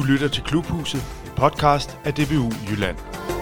lytter til Klubhuset, en podcast af DBU Jylland.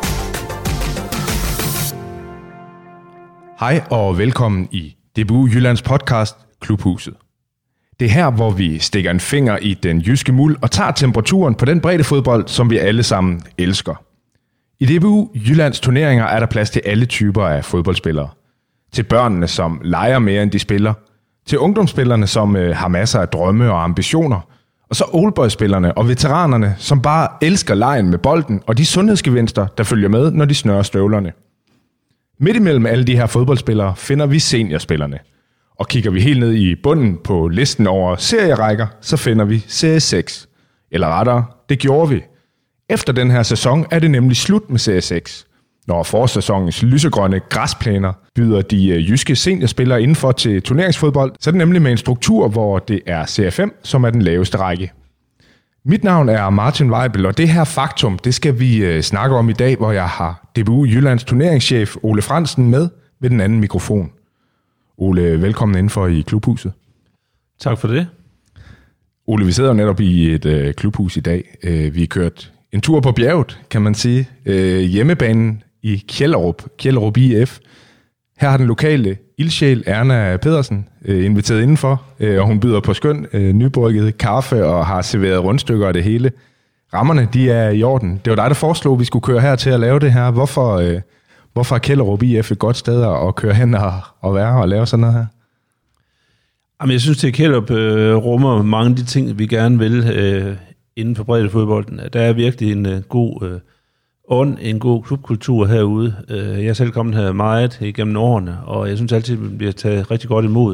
Hej og velkommen i DBU Jyllands podcast Klubhuset. Det er her, hvor vi stikker en finger i den jyske muld og tager temperaturen på den brede fodbold, som vi alle sammen elsker. I DBU Jyllands turneringer er der plads til alle typer af fodboldspillere. Til børnene, som leger mere end de spiller. Til ungdomsspillerne, som har masser af drømme og ambitioner. Og så oldboy-spillerne og veteranerne, som bare elsker legen med bolden og de sundhedsgevinster, der følger med, når de snører støvlerne. Midt imellem alle de her fodboldspillere finder vi seniorspillerne. Og kigger vi helt ned i bunden på listen over serierækker, så finder vi serie 6. Eller rettere, det gjorde vi. Efter den her sæson er det nemlig slut med serie 6. Når forårssæsonens lysegrønne græsplæner byder de jyske seniorspillere indenfor til turneringsfodbold, så er det nemlig med en struktur, hvor det er serie 5, som er den laveste række. Mit navn er Martin Weibel, og det her faktum, det skal vi snakke om i dag, hvor jeg har DBU Jyllands turneringschef Ole Frandsen med ved den anden mikrofon. Ole, velkommen indenfor i Klubhuset. Tak for det. Ole, vi sidder netop i et klubhus i dag. Vi har kørt en tur på bjerget, kan man sige. Hjemmebanen i Kjellerup IF. Her har den lokale ildsjæl Erna Pedersen inviteret indenfor, og hun byder på skøn nybrygget kaffe og har serveret rundstykker af det hele. Rammerne, de er i orden. Det var dig, der foreslog, at vi skulle køre her til at lave det her. Hvorfor er Kjellerup IF et godt sted at køre hen og være og lave sådan noget her? Jamen, jeg synes, at Kjellerup rummer mange af de ting, vi gerne vil inden for breddefodbolden. Der er virkelig en god en god klubkultur herude. Jeg er selv kommet her meget igennem årene, og jeg synes altid, at vi bliver taget rigtig godt imod.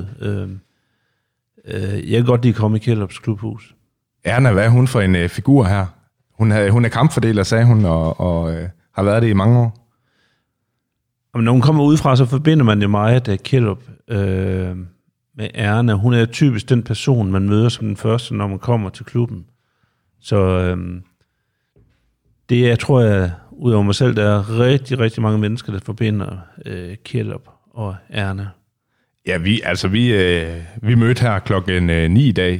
Jeg kan godt lide at komme i Kjellerups klubhus. Erna, hvad er hun for en figur her? Hun er kampfordeler, sagde hun, og har været det i mange år. Jamen, når hun kommer udefra, så forbinder man jo meget af Kjellerup med Erna. Hun er typisk den person, man møder som den første, når man kommer til klubben. Så det er, tror jeg, udover mig selv, der er rigtig, rigtig mange mennesker, der forbinder Kjellerup og Erna. Ja, vi mødte her klokken 9 i dag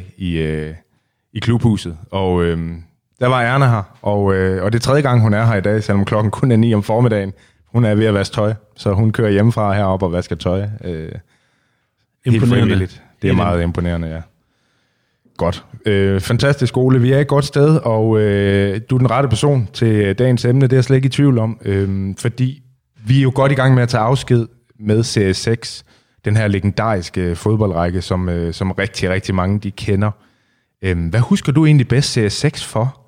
i Klubhuset, og der var Erna her, og det er tredje gang, hun er her i dag, selvom klokken kun er 9 om formiddagen. Hun er ved at vaske tøj, så hun kører hjemmefra heroppe og vasker tøj. Imponerende. Det er meget imponerende, ja. Godt. Fantastisk, skole. Vi er et godt sted, og du er den rette person til dagens emne, det er jeg slet ikke i tvivl om, fordi vi er jo godt i gang med at tage afsked med serie 6, den her legendariske fodboldrække, som rigtig, rigtig mange de kender. Hvad husker du egentlig bedst serie 6 for?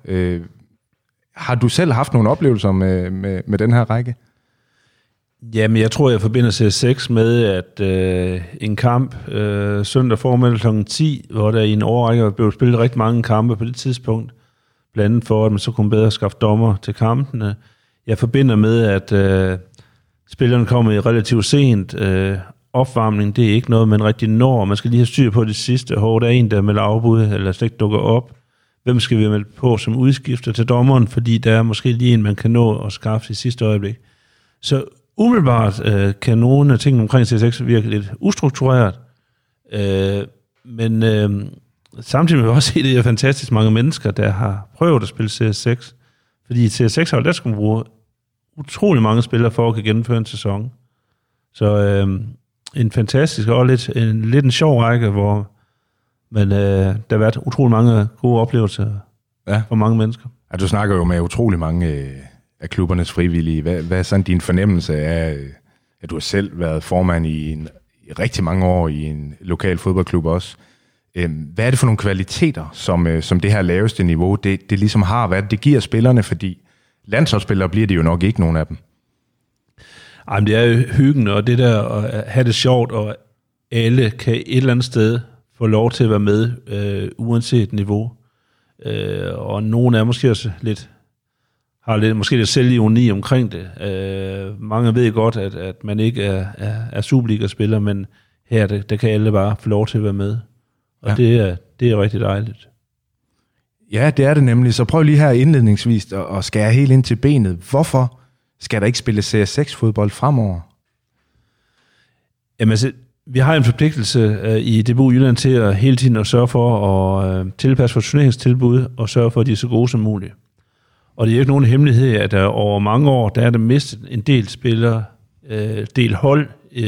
Har du selv haft nogle oplevelser med den her række? Jamen, jeg tror, jeg forbinder serie 6 med, at en kamp søndag formiddag kl. 10, hvor der i en årrække blev spillet rigtig mange kampe på det tidspunkt, blandt andet for, at man så kunne bedre skaffe dommer til kampene. Jeg forbinder med, at spillerne kommer relativt sent. Opvarmning, det er ikke noget, man rigtig når. Man skal lige have styr på det sidste. Der er en, der melder afbud, eller slet ikke dukker op. Hvem skal vi melde på som udskifter til dommeren, fordi der er måske lige en, man kan nå at skaffe i sidste øjeblik. Så umiddelbart kan nogle af tingene omkring C6 virke lidt ustruktureret, men samtidig vil vi også se, at det er fantastisk mange mennesker, der har prøvet at spille CS6, fordi CS6 har jo skal man bruge utrolig mange spillere for at kan gennemføre en sæson. Så en fantastisk og lidt en sjov række, hvor der har været utrolig mange gode oplevelser for mange mennesker. Ja, du snakker jo med utrolig mange af klubbernes frivillige. Hvad er sådan din fornemmelse af, at du har selv været formand i rigtig mange år i en lokal fodboldklub også? Hvad er det for nogle kvaliteter, som det her laveste niveau, det ligesom har? Hvad det giver spillerne? Fordi landsholdsspillere bliver det jo nok ikke nogen af dem. Ej, men det er jo hyggen, og det der at have det sjovt, og alle kan et eller andet sted få lov til at være med, uanset niveau. Og nogen er måske også måske lidt selvironi omkring det. Mange ved godt, at man ikke er Superliga-spiller, men her der kan alle bare få lov til at være med. Og ja. det er rigtig dejligt. Ja, det er det nemlig. Så prøv lige her indledningsvis at skære helt ind til benet. Hvorfor skal der ikke spille CS6-fodbold fremover? Jamen altså, vi har en forpligtelse i DBU Jylland til at hele tiden at sørge for at tilpasse vores turneringstilbud og sørge for, at de er så gode som muligt. Og det er jo ikke nogen hemmelighed, at der over mange år, der er der mistet en del spillere, del hold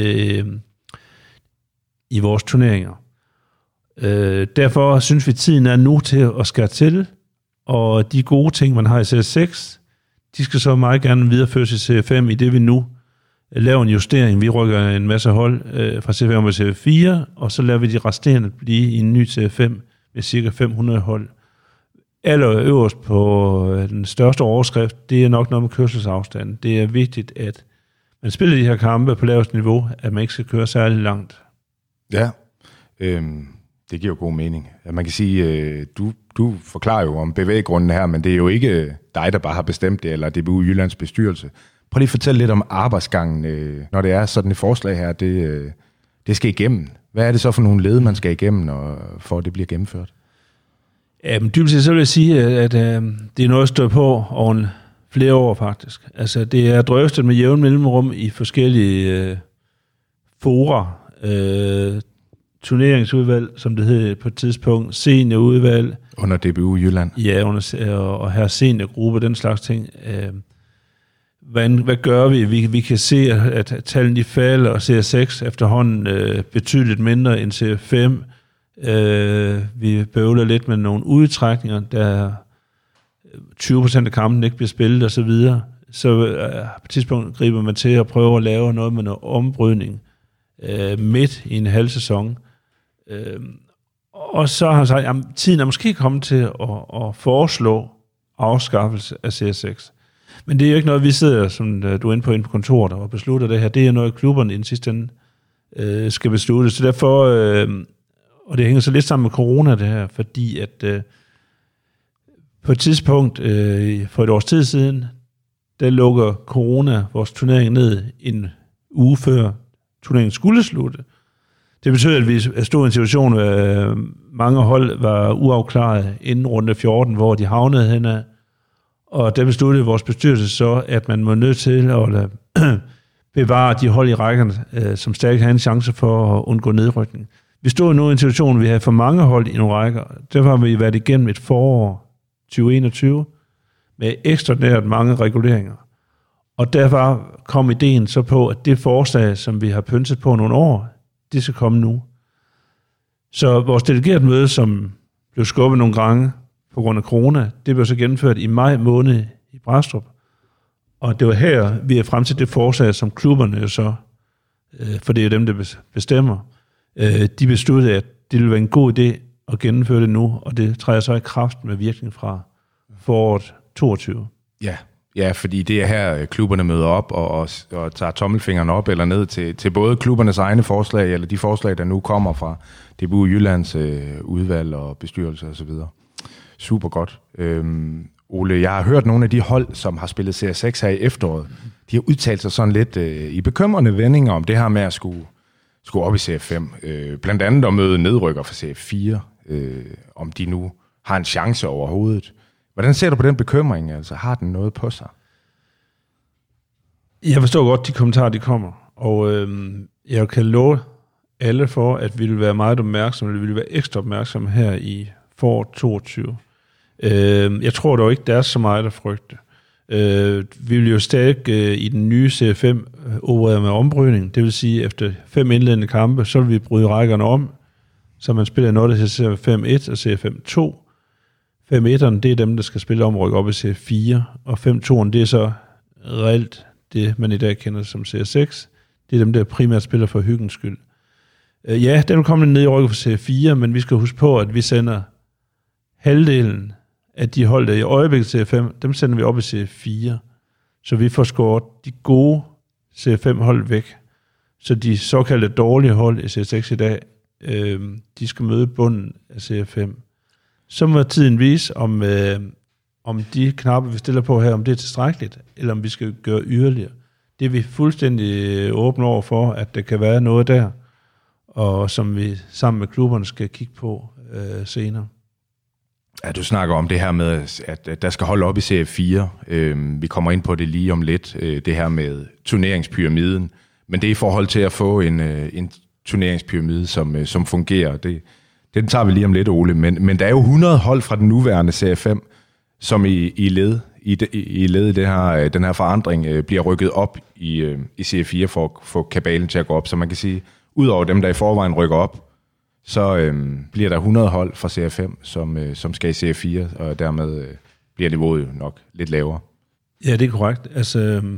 i vores turneringer. Derfor synes vi, at tiden er nu til at skære til, og de gode ting, man har i CS6, de skal så meget gerne videreføres i C5, i det vi nu laver en justering. Vi rykker en masse hold fra C5 til C4, og så laver vi de resterende blive i en ny C5 med cirka 500 hold. Allerøverst på den største overskrift, det er nok noget med kørselsafstand. Det er vigtigt, at man spiller de her kampe på lavest niveau, at man ikke skal køre særlig langt. Ja, det giver jo god mening. Man kan sige, du forklarer jo om bevæggrunden her, men det er jo ikke dig, der bare har bestemt det, eller DBU Jyllands bestyrelse. Prøv lige at fortælle lidt om arbejdsgangen, når det er sådan et forslag her, det skal igennem. Hvad er det så for nogle led, man skal igennem, for at det bliver gennemført? Jamen, dybest set så vil jeg sige, at det er noget, der står på over flere år faktisk. Altså, det er drøftet med jævn mellemrum i forskellige fora, turneringsudvalg, som det hed på et tidspunkt, seniorudvalg. Under DBU Jylland. Ja, og her seniorgruppe, den slags ting. Hvad gør vi? Vi kan se, at tallene de falder, og CS6 efterhånden betydeligt mindre end C5. Vi bøvler lidt med nogle udtrækninger, der 20% af kampen ikke bliver spillet osv. Så på et tidspunkt griber man til at prøve at lave noget med noget ombrydning midt i en halv sæson. Og så har han sagt, at tiden er måske kommet til at foreslå afskaffelse af CS6. Men det er jo ikke noget, vi sidder, som du er inde på kontoret og beslutter det her. Det er noget, klubberne i den sidste ende skal beslutte. Så derfor, og det hænger så lidt sammen med corona det her, fordi at på et tidspunkt for et års tid siden, der lukker corona vores turnering ned en uge før turneringen skulle slutte. Det betyder, at vi stod i en situation, hvor mange hold var uafklaret inden runde 14, hvor de havnede henad. Og der besluttede vores bestyrelse så, at man var nødt til at bevare de hold i rækkerne, som stadig har en chance for at undgå nedrykning. Vi stod nu i en situation, hvor vi havde for mange hold i nogle rækker. Derfor har vi været igennem et forår 2021 med ekstraordinært mange reguleringer. Og derfor kom ideen så på, at det forslag, som vi har pyntet på nogle år, det skal komme nu. Så vores delegeret møde, som blev skubbet nogle gange på grund af corona, det blev så gennemført i maj måned i Brastrup. Og det var her, vi er frem til det forslag, som klubberne jo så, for det er jo dem, der bestemmer, de besluttede, at det ville være en god idé at gennemføre det nu, og det træder så i kraft med virkning fra foråret 22. Ja, fordi det er her, klubberne møder op og tager tommelfingeren op eller ned til både klubbernes egne forslag, eller de forslag, der nu kommer fra DBU Jyllands udvalg og bestyrelse osv. Super godt. Ole, jeg har hørt nogle af de hold, som har spillet CS6 her i efteråret, de har udtalt sig sådan lidt i bekymrende vendinger om det her med at skulle op i CF5. Blandt andet at møde nedrykker for CF4, om de nu har en chance overhovedet. Hvordan ser du på den bekymring? Altså, har den noget på sig? Jeg forstår godt de kommentarer, de kommer. Og jeg kan love alle for, at vi vil være meget opmærksomme, eller vi vil være ekstra opmærksomme her i foråret 22. Jeg tror dog ikke, der er så meget at frygte. Vi vil jo stadig i den nye CF5 operere med ombrydning. Det vil sige, efter 5 indledende kampe, så vil vi bryde rækkerne om, så man spiller noget, der hedder CF5-1 og CF5-2. 5-1'erne, det er dem, der skal spille omryk op i C4, og 5-2'erne, det er så reelt det, man i dag kender som CS6. Det er dem, der primært spiller for hyggens skyld. Ja, der vil komme ned i rykket for C4, men vi skal huske på, at vi sender halvdelen af de hold, der i øjeblikket C5, dem sender vi op i C4. Så vi får skåret de gode C5-hold væk. Så de såkaldte dårlige hold i C6 i dag, de skal møde bunden af C5. Så må tiden vise, om de knapper, vi stiller på her, om det er tilstrækkeligt, eller om vi skal gøre yderligere. Det er vi fuldstændig åbne over for, at der kan være noget der, og som vi sammen med klubberne skal kigge på senere. Ja, du snakker om det her med, at der skal holde op i CF4. Vi kommer ind på det lige om lidt, det her med turneringspyramiden. Men det er i forhold til at få en turneringspyramide, som fungerer. Den tager vi lige om lidt, Ole. Men der er jo 100 hold fra den nuværende Serie 5, som i led i det her, den her forandring bliver rykket op i Serie 4 for at få kabalen til at gå op. Så man kan sige, udover dem, der i forvejen rykker op, så bliver der 100 hold fra Serie 5, som skal i Serie 4, og dermed bliver niveauet jo nok lidt lavere. Ja, det er korrekt. Altså,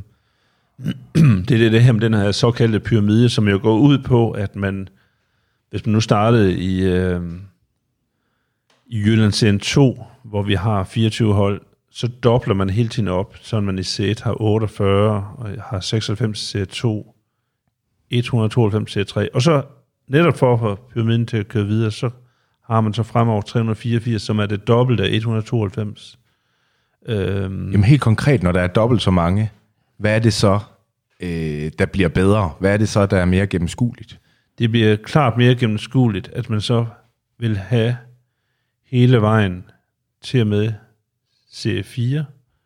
det her med den her såkaldte pyramide, som jo går ud på, at man, hvis man nu startede i Jyllandsserien 2, hvor vi har 24 hold, så dobler man hele tiden op, så man i C1 har 48, og har 96 C2, 192 C3, og så netop for at få pyramiden til at køre videre, så har man så fremover 384, som er det dobbelte af 192. Jamen helt konkret, når der er dobbelt så mange, hvad er det så, der bliver bedre? Hvad er det så, der er mere gennemskueligt? Det bliver klart mere gennemskueligt, at man så vil have hele vejen til og med C4.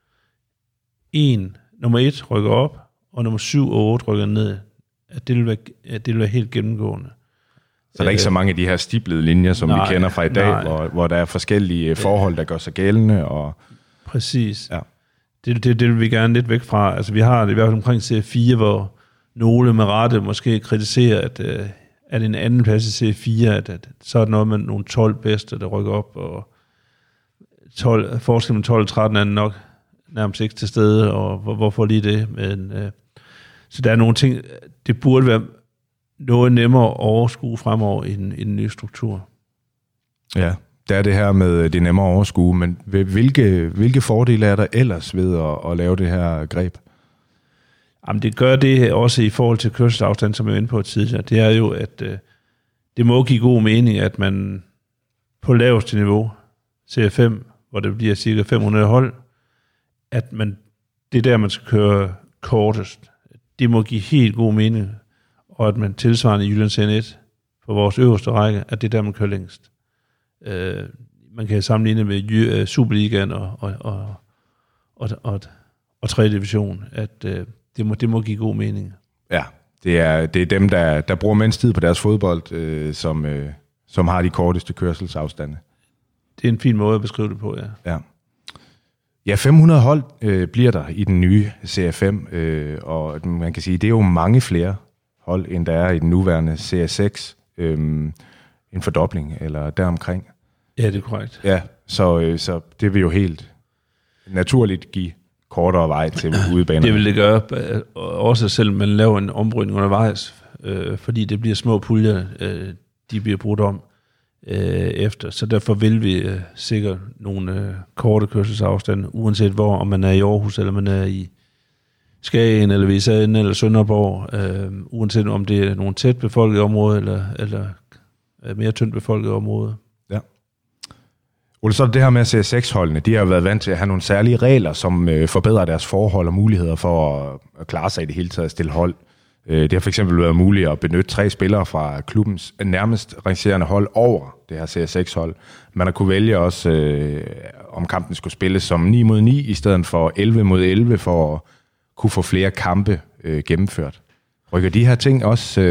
Nummer 1 rykker op, og nummer 7 og 8 rykker ned. At det vil være helt gennemgående. Så der er ikke så mange af de her stiplede linjer, som vi kender fra i dag, hvor der er forskellige forhold, der gør sig gældende. Og præcis. Ja. Det vil vi gerne lidt væk fra. Altså, vi har det i hvert fald omkring C4, hvor nogle med rette måske kritiserer, at en anden plads i C4, at så er det noget med nogle 12 bedste, der rykker op, og forskellen med 12 og 13 er nok nærmest ikke til stede, og hvorfor lige det? Men, så der er nogle ting, det burde være noget nemmere at overskue fremover i den nye struktur. Ja, det er det her med det nemmere at overskue, men hvilke fordele er der ellers ved at lave det her greb? Jamen, det gør det også i forhold til kørselsafstand, som jeg var inde på tidligere. Det er jo, at det må give god mening, at man på laveste niveau, C5, hvor det bliver cirka 500 hold, at det er der, man skal køre kortest. Det må give helt god mening, og at man tilsvarende i Jyllandsserien 1 for vores øverste række, at det er der, man kører længst. Man kan sammenligne med Superligaen og 3. division, at det må give god mening. Ja, det er dem, der bruger mindst tid på deres fodbold, som har de korteste kørselsafstande. Det er en fin måde at beskrive det på, ja. Ja, 500 hold bliver der i den nye Serie 5, og man kan sige, det er jo mange flere hold, end der er i den nuværende Serie 6. En fordobling, eller deromkring. Ja, det er korrekt. Ja, så det vil jo helt naturligt give kortere vej til udebaner. Det vil det gøre, også selvom man laver en ombrydning undervejs, fordi det bliver små puljer, de bliver brudt om efter. Så derfor vil vi sikkert nogle korte kørselsafstande, uanset hvor, om man er i Aarhus, eller man er i Skagen, eller Visagen, eller Sønderborg, uanset om det er nogle tæt befolkede områder, eller mere tyndt befolkede områder. Ja. Ole, så det her med C6-holdene, de har været vant til at have nogle særlige regler, som forbedrer deres forhold og muligheder for at klare sig i det hele taget at stille hold. Det har for eksempel været muligt at benytte 3 spillere fra klubbens nærmest rangerende hold over det her C6-hold. Man har kunne vælge også, om kampen skulle spilles som 9 mod 9, i stedet for 11 mod 11, for at kunne få flere kampe gennemført. Rykker de her ting også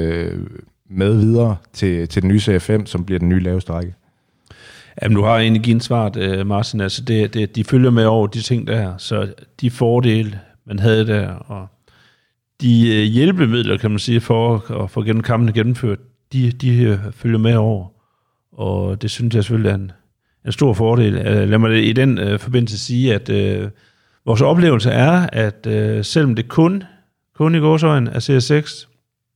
med videre til den nye Serie 5, som bliver den nye laveste række? Jamen, du har egentlig givet svaret, Martin. Altså, de følger med over de ting der, så de fordele, man havde der, og de hjælpemidler, kan man sige, for at få kampene gennemført, de følger med over. Og det synes jeg selvfølgelig er en stor fordel. Lad mig i den forbindelse sige, at vores oplevelse er, at selvom det kun i gåseøjne er Serie 6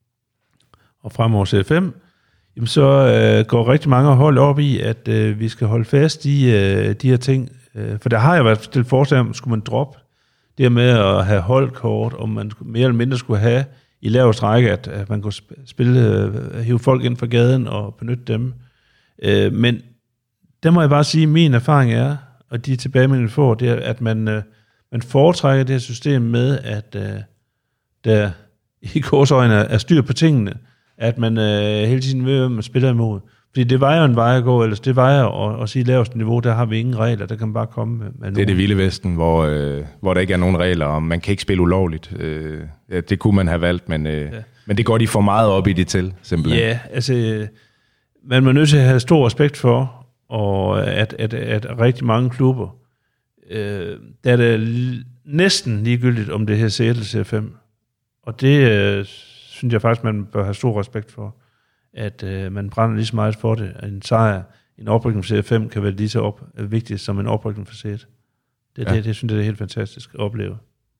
og fremover Serie 5, jamen så går rigtig mange hold op i, at vi skal holde fast i de her ting. For der har jo været stillet forslag om, skulle man droppe det her med at have holdkort, om man mere eller mindre skulle have i lavest række, at man kunne hive folk ind fra gaden og benytte dem. Men der må jeg bare sige, at min erfaring er, og de tilbagemeldinger, vi får, det er, at man foretrækker det her system med, at der i gåseøjne er styr på tingene, at man hele tiden ved, at man spiller imod. Fordi det var jo en vej at gå, ellers det var jo at sige laveste niveau, der har vi ingen regler, der kan man bare komme med nogen. Det er det vilde vesten, hvor der ikke er nogen regler, og man kan ikke spille ulovligt. Det kunne man have valgt, men Men det går de for meget op i det til, simpelthen. Ja, altså, man er nødt til at have stor respekt for, og at rigtig mange klubber, der er det næsten ligegyldigt, om det her C1 eller C5. Og det synes jeg faktisk, man bør have stor respekt for, at man brænder lige så meget for det. En sejr, en oprykning for C5 kan være lige så vigtigt som en oprykning for C1. Det synes jeg, det er helt fantastisk at opleve.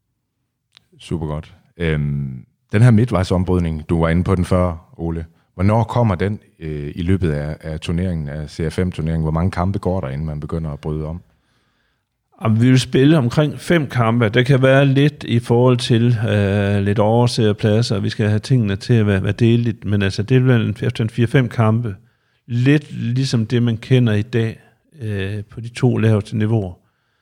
Super godt. Den her midtvejsombrydning, du var inde på den før, Ole. Hvornår kommer den i løbet af turneringen, af CF5-turneringen? Hvor mange kampe går der, inden man begynder at bryde om? Vi vil spille omkring 5 kampe. Der kan være lidt i forhold til lidt overserede pladser. Vi skal have tingene til at være deligt. Men altså, det er efter 4-5 kampe. Lidt ligesom det, man kender i dag på de 2 laveste niveauer.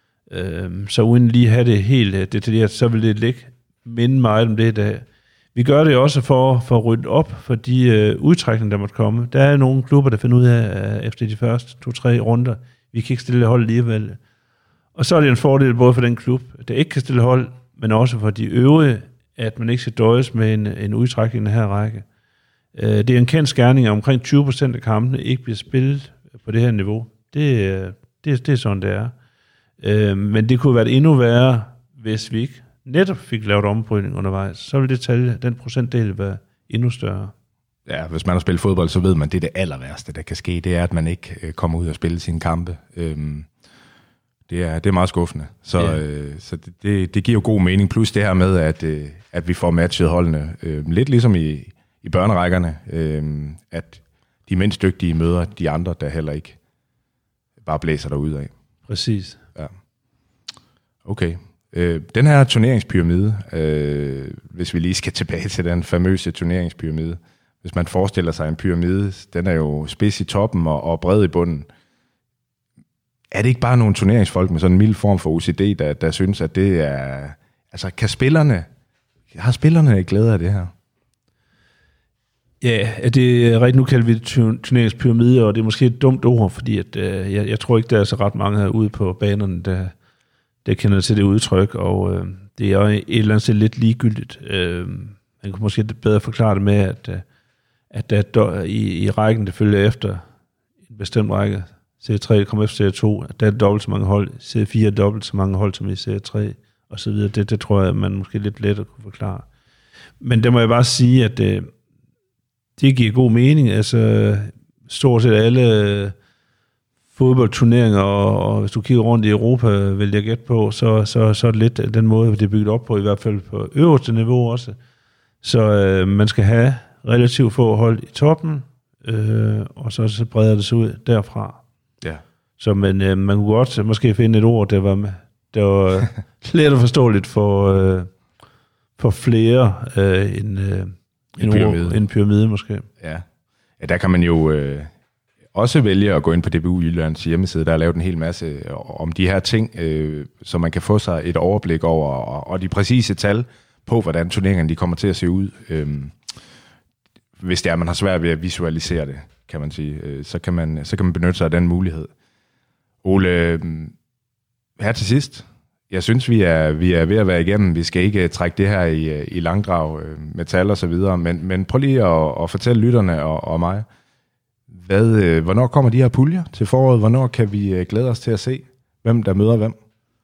Så uden lige at have det helt detaljeret, så vil det minde meget om det i dag. Vi gør det også for at rydde op for de udtrækninger, der måtte komme. Der er nogle klubber, der finder ud af efter de første 2-3 runder, vi kan ikke stille hold alligevel. Og så er det en fordel både for den klub, der ikke kan stille hold, men også for de øvrige, at man ikke skal døjes med en udtrækning i den her række. Det er en kendt skærning, at omkring 20% af kampene ikke bliver spillet på det her niveau. Det er sådan, det er. Men det kunne være endnu værre, hvis vi ikke netop fik lavet ombrydning undervejs. Så vil den procentdel være endnu større. Ja, hvis man har spillet fodbold, så ved man, det er det aller værste, der kan ske. Det er, at man ikke kommer ud og spiller sine kampe. Det er meget skuffende. Så det giver jo god mening. Plus det her med, at vi får matchet holdene. Lidt ligesom i børnerækkerne. At de mindst dygtige møder de andre, der heller ikke bare blæser derudad. Præcis. Ja. Okay. Den her turneringspyramide, hvis vi lige skal tilbage til den famøse turneringspyramide. Hvis man forestiller sig en pyramide, den er jo spids i toppen og bred i bunden. Er det ikke bare nogle turneringsfolk med sådan en mild form for OCD, der synes, at det er... Altså, har spillerne glæde af det her? Ja, det er rigtigt. Nu kalder vi det turneringspyramide, og det er måske et dumt ord, fordi at, jeg tror ikke, der er så ret mange herude på banerne, der kender til det udtryk, og det er et eller andet sted lidt ligegyldigt. Man kunne måske bedre forklare det med, at der i rækken, der følger efter en bestemt række, C3 kommer efter C2, der er dobbelt så mange hold, C4 er dobbelt så mange hold som i C3, og så videre. Det tror jeg, man måske lidt lettere kunne forklare. Men der må jeg bare sige, at det giver god mening. Altså, stort set alle fodboldturneringer, og hvis du kigger rundt i Europa, vil jeg gætte på, så er det lidt den måde, det er bygget op på, i hvert fald på øverste niveau også. Så man skal have relativt få hold i toppen, og så breder det sig ud derfra. Ja. Så man kunne godt måske finde et ord, der var let og forståeligt for flere en pyramide måske. Ja, der kan man jo også vælge at gå ind på DBU Jyllands hjemmeside. Der er lavet en hel masse om de her ting, så man kan få sig et overblik over, og de præcise tal på, hvordan turneringerne de kommer til at se ud. Hvis det er, man har svært ved at visualisere det, kan man sige, så kan man benytte sig af den mulighed. Ole, her til sidst, jeg synes, vi er ved at være igennem. Vi skal ikke trække det her i langdrag med tal og så videre, men prøv lige at fortælle lytterne og mig, hvornår kommer de her puljer til foråret? Hvornår kan vi glæde os til at se, hvem der møder hvem?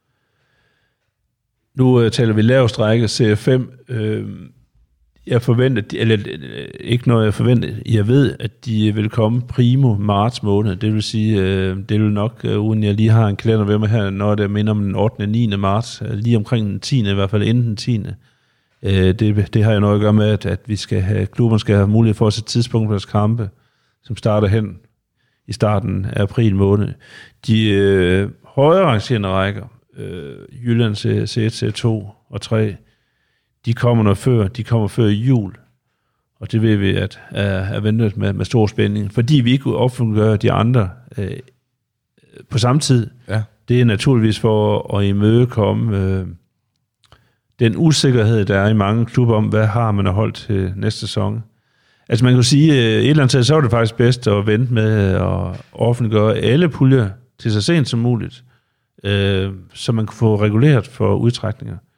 Nu taler vi lavest række CF5. Jeg forventer, eller ikke noget jeg forventer, jeg ved, at de vil komme primo marts måned. Det vil sige, det vil nok, uden jeg lige har en kalender ved mig her, når det minder om den 8. og 9. marts, lige omkring den 10. i hvert fald inden den 10. Det har jeg noget at gøre med, at vi skal have, klubberne skal have mulighed for at sætte tidspunkt på deres kampe, som starter hen i starten af april måned. De højere rangerende rækker, Jyllands C1, C2 og 3, de kommer noget før, de kommer før jul, og det ved vi, at er ventet med stor spænding, fordi vi ikke offentliggør de andre på samme tid. Ja. Det er naturligvis for at imødekomme den usikkerhed, der er i mange klubber om, hvad har man at holde til næste sæson. Altså man kan sige, et eller andet sted, så er det faktisk bedst at vente med at offentliggøre alle puljer til så sent som muligt, så man kan få reguleret for udtrækninger.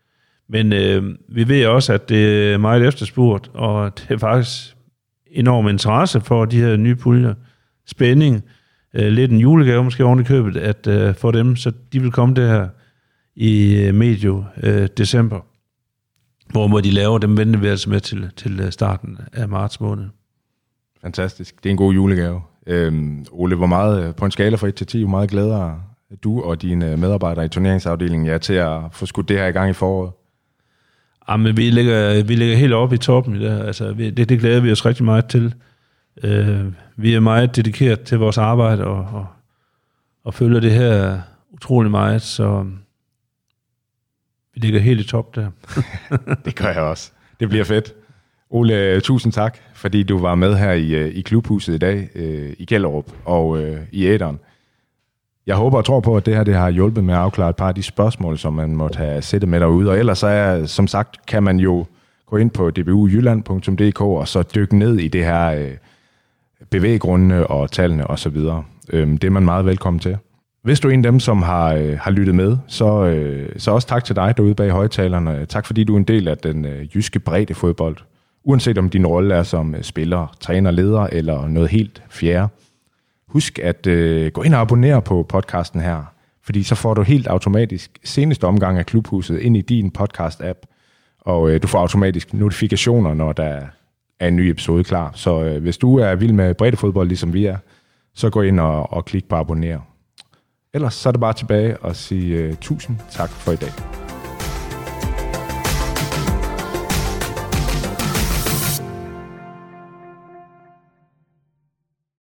Men vi ved også, at det er meget efterspurgt, og det er faktisk enorm interesse for de her nye puljer. Spænding, lidt en julegave måske oven i købet, at for dem, så de vil komme der i medio december. Hvor de laver, dem venter vi altså med til starten af marts måned. Fantastisk. Det er en god julegave. Ole, hvor meget på en skala fra 1 til 10, hvor meget glæder du og dine medarbejdere i turneringsafdelingen jer til at få skudt det her i gang i foråret? Jamen, vi ligger helt oppe i toppen. Altså, det glæder vi os rigtig meget til. Vi er meget dedikeret til vores arbejde og følger det her utrolig meget, så vi ligger helt i top der. Det gør jeg også. Det bliver fedt. Ole, tusind tak, fordi du var med her i klubhuset i dag, i Gellerup og i æteren. Jeg håber og tror på, at det her det har hjulpet med at afklare et par af de spørgsmål, som man måtte have sættet med derude. Og ellers som sagt, kan man jo gå ind på dbujylland.dk og så dykke ned i det her bevæggrundene og tallene osv. Det er man meget velkommen til. Hvis du er en af dem, som har lyttet med, så også tak til dig derude bag højtalerne. Tak fordi du er en del af den jyske breddefodbold. Uanset om din rolle er som spiller, træner, leder eller noget helt fjerde. Husk at gå ind og abonnere på podcasten her, fordi så får du helt automatisk seneste omgang af Klubhuset ind i din podcast-app, og du får automatisk notifikationer, når der er en ny episode klar. Så hvis du er vild med breddefodbold, ligesom vi er, så gå ind og klik på abonner. Ellers så er det bare tilbage og sige tusind tak for i dag.